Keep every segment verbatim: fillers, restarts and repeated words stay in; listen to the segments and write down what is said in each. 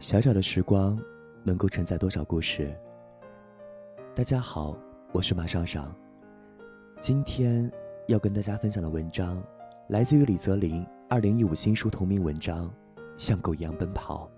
小小的时光能够承载多少故事。大家好，我是马上上。今天要跟大家分享的文章来自于李泽林二零一五新书同名文章《像狗一样奔跑》。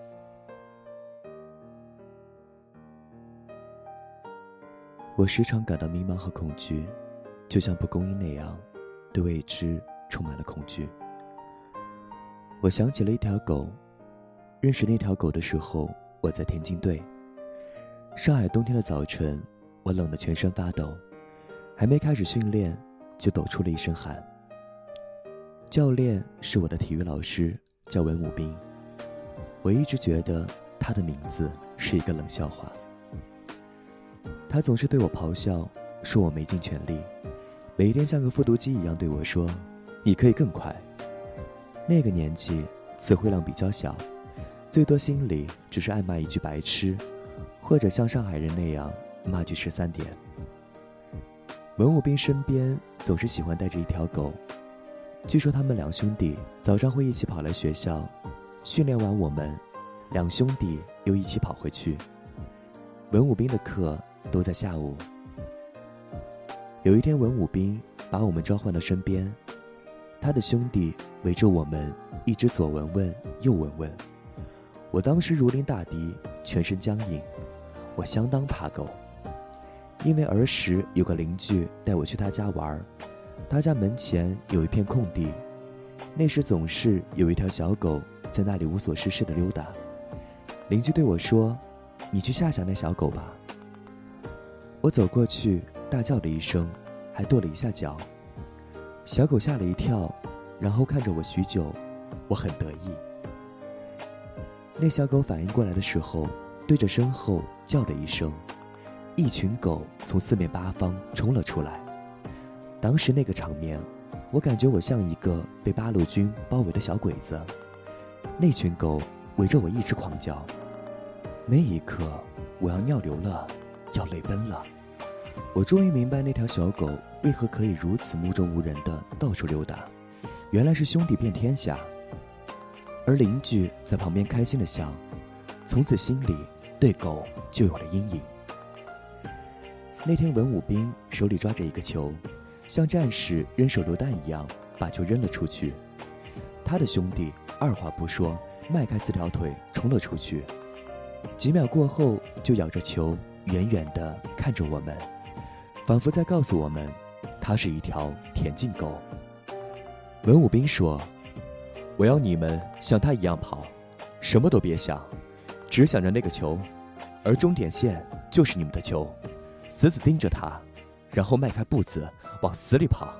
我时常感到迷茫和恐惧，就像蒲公英那样，对未知充满了恐惧。我想起了一条狗，认识那条狗的时候，我在田径队。上海冬天的早晨，我冷得全身发抖，还没开始训练，就抖出了一身汗。教练是我的体育老师，叫文武斌。我一直觉得他的名字是一个冷笑话。他总是对我咆哮，说我没尽全力，每天像个复读机一样对我说，你可以更快。那个年纪词汇量比较小，最多心里只是爱骂一句白痴，或者像上海人那样骂句十三点。文武斌身边总是喜欢带着一条狗，据说他们两兄弟早上会一起跑来学校，训练完我们两兄弟又一起跑回去。文武斌的课都在下午。有一天，文武斌把我们召唤到身边，他的兄弟围着我们一直左闻闻右闻闻。我当时如临大敌，全身僵硬。我相当怕狗，因为儿时有个邻居带我去他家玩，他家门前有一片空地，那时总是有一条小狗在那里无所事事地溜达。邻居对我说，你去吓吓那小狗吧。我走过去，大叫了一声，还跺了一下脚。小狗吓了一跳，然后看着我许久，我很得意。那小狗反应过来的时候，对着身后叫了一声，一群狗从四面八方冲了出来。当时那个场面，我感觉我像一个被八路军包围的小鬼子，那群狗围着我一直狂叫。那一刻，我要尿流了，要泪奔了。我终于明白那条小狗为何可以如此目中无人地到处溜达，原来是兄弟遍天下。而邻居在旁边开心地笑，从此心里对狗就有了阴影。那天文武斌手里抓着一个球，像战士扔手榴弹一样把球扔了出去。他的兄弟二话不说，迈开四条腿冲了出去，几秒过后就咬着球远远地看着我们，仿佛在告诉我们，它是一条田径狗。文武斌说，我要你们像他一样跑，什么都别想，只想着那个球，而终点线就是你们的球，死死盯着它，然后迈开步子往死里跑。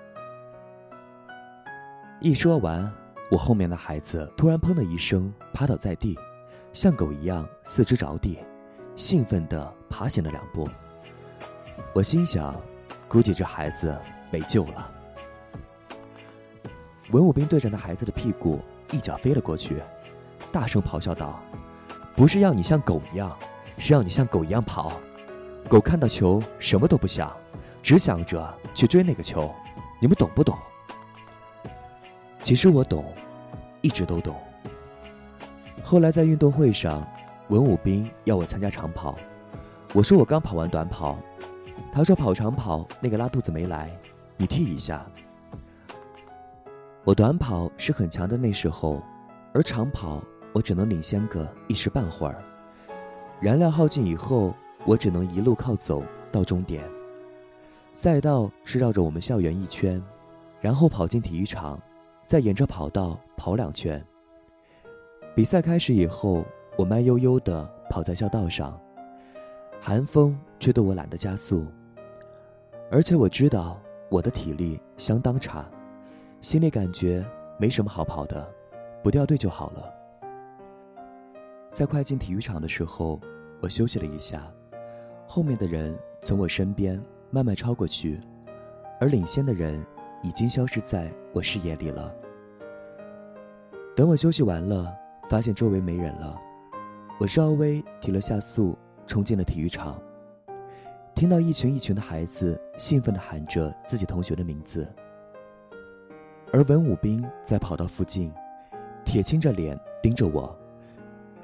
一说完，我后面的孩子突然砰的一声趴倒在地，像狗一样四肢着地，兴奋地爬行了两步。我心想，估计这孩子没救了。文武斌对着那孩子的屁股一脚飞了过去，大声咆哮道，不是要你像狗一样，是要你像狗一样跑。狗看到球什么都不想，只想着去追那个球，你们懂不懂？其实我懂，一直都懂。后来在运动会上，文武斌要我参加长跑，我说我刚跑完短跑，他说跑长跑那个拉肚子没来，你替一下。我短跑是很强的那时候，而长跑我只能领先个一时半会儿。燃料耗尽以后，我只能一路靠走到终点。赛道是绕着我们校园一圈，然后跑进体育场，再沿着跑道跑两圈。比赛开始以后，我慢悠悠地跑在校道上，寒风吹得我懒得加速，而且我知道我的体力相当差，心里感觉没什么好跑的，不掉队就好了。在快进体育场的时候，我休息了一下，后面的人从我身边慢慢超过去，而领先的人已经消失在我视野里了。等我休息完了，发现周围没人了，我稍微提了下速，冲进了体育场。听到一群一群的孩子兴奋地喊着自己同学的名字，而文武斌在跑道附近铁青着脸盯着我，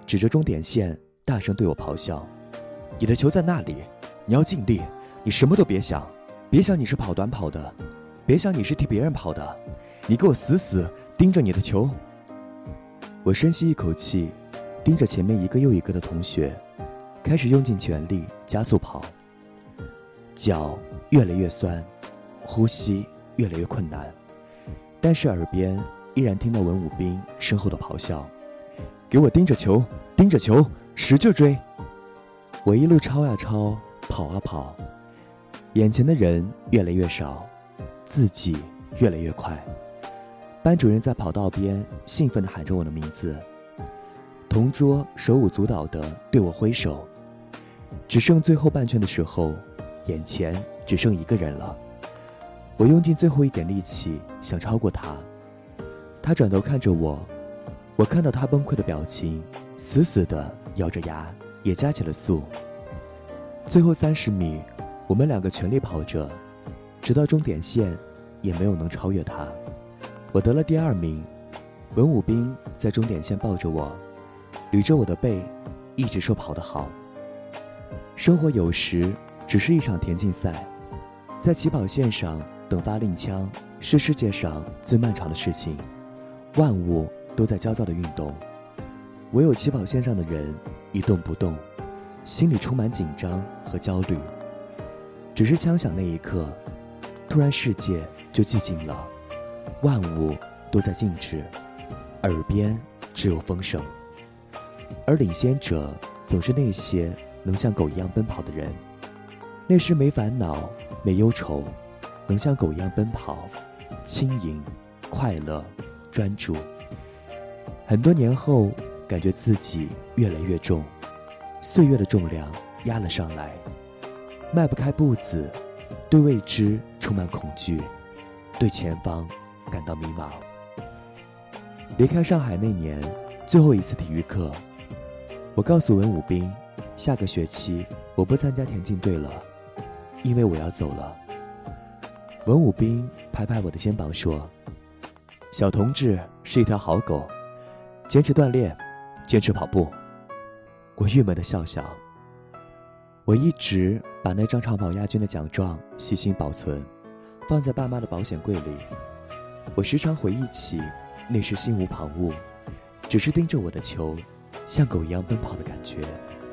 指着终点线大声对我咆哮：你的球在那里，你要尽力，你什么都别想，别想你是跑短跑的，别想你是替别人跑的，你给我死死盯着你的球。我深吸一口气，盯着前面一个又一个的同学，开始用尽全力加速跑，脚越来越酸，呼吸越来越困难，但是耳边依然听到文武兵身后的咆哮：给我盯着球，盯着球，使劲追！我一路超啊超，跑啊跑，眼前的人越来越少，自己越来越快。班主任在跑道边兴奋地喊着我的名字，同桌手舞足蹈地对我挥手。只剩最后半圈的时候，眼前只剩一个人了。我用尽最后一点力气想超过他，他转头看着我，我看到他崩溃的表情，死死地咬着牙，也加起了速。最后三十米，我们两个全力跑着，直到终点线，也没有能超越他。我得了第二名，文武兵在终点线抱着我，捋着我的背，一直说跑得好。生活有时只是一场田径赛，在起跑线上等发令枪是世界上最漫长的事情，万物都在焦躁地运动，唯有起跑线上的人一动不动，心里充满紧张和焦虑。只是枪响那一刻，突然世界就寂静了，万物都在静止，耳边只有风声。而领先者总是那些能像狗一样奔跑的人，那时没烦恼没忧愁，能像狗一样奔跑，轻盈快乐专注。很多年后，感觉自己越来越重，岁月的重量压了上来，迈不开步子，对未知充满恐惧，对前方感到迷茫。离开上海那年，最后一次体育课，我告诉文武兵，下个学期我不参加田径队了，因为我要走了。文武兵拍拍我的肩膀说：小同志是一条好狗，坚持锻炼，坚持跑步。我郁闷地笑笑。我一直把那张长跑亚军的奖状细心保存，放在爸妈的保险柜里。我时常回忆起那时心无旁骛，只是盯着我的球，像狗一样奔跑的感觉。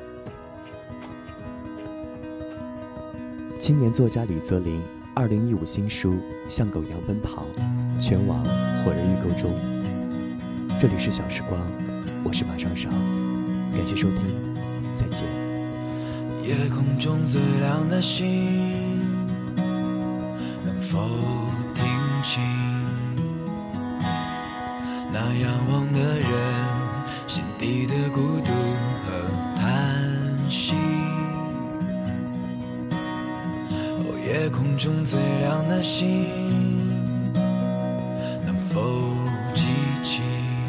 青年作家李泽林二零一五新书《像狗一样奔跑》全网火热预购中。这里是小时光，我是马上上，感谢收听，再见。 夜空中最亮的星，能否听清那仰望的人心底的孤独和叹息？哦，夜空中最亮的星，能否记起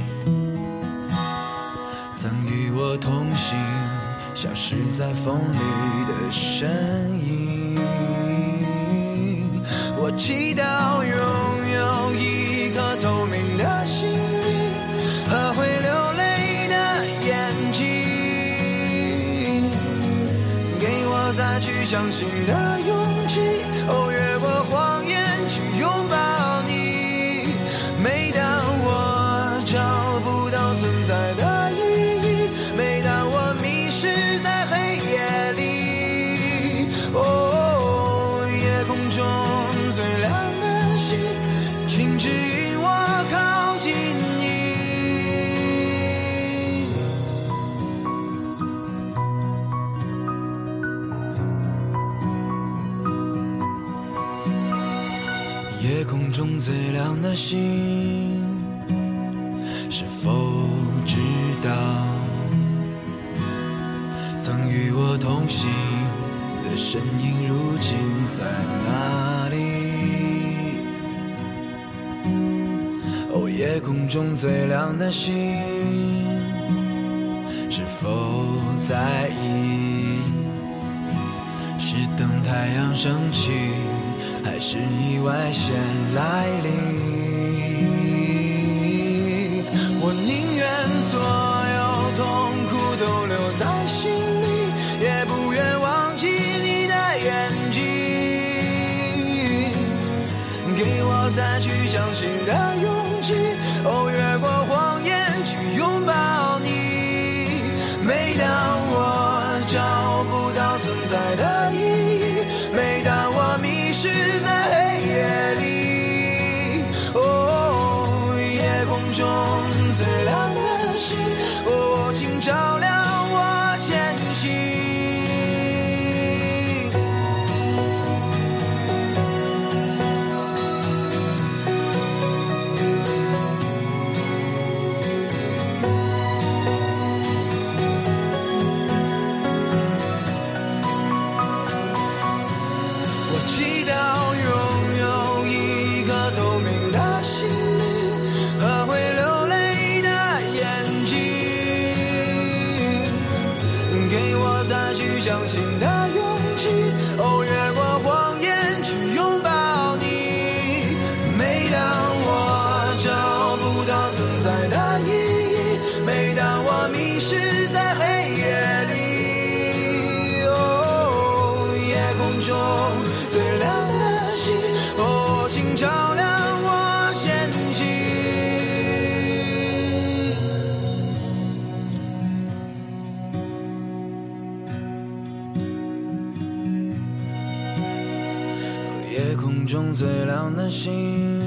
曾与我同行消失在风里的身影？我祈祷拥有一颗透明的心灵和会流泪的眼睛，给我再去相信的勇气，哦，越过谎言去拥抱你。每当我找不到存在的意义，每当我迷失在黑夜里，哦，夜空中最亮的星，请指引我靠近你。夜空中最亮的星，是否知道曾与我同行的身影如今在哪里？哦，夜空中最亮的星，是否在意？是等太阳升起，还是意外先来临？我宁愿所有痛苦去相信的勇气，哦，越过谎言去拥抱你。每当我找不到存在的意义，每当我迷失在黑夜里，哦，夜空中最亮的星，哦，请照亮我前行。祈祷拥有一颗透明的心灵和会流泪的眼睛，给我再去相信的勇气，哦，越过谎言去拥抱你。每当我找不到存在的意义，每当我迷失在黑夜里，哦，夜空中最亮的星，哦，请照亮我前行。夜空中最亮的星，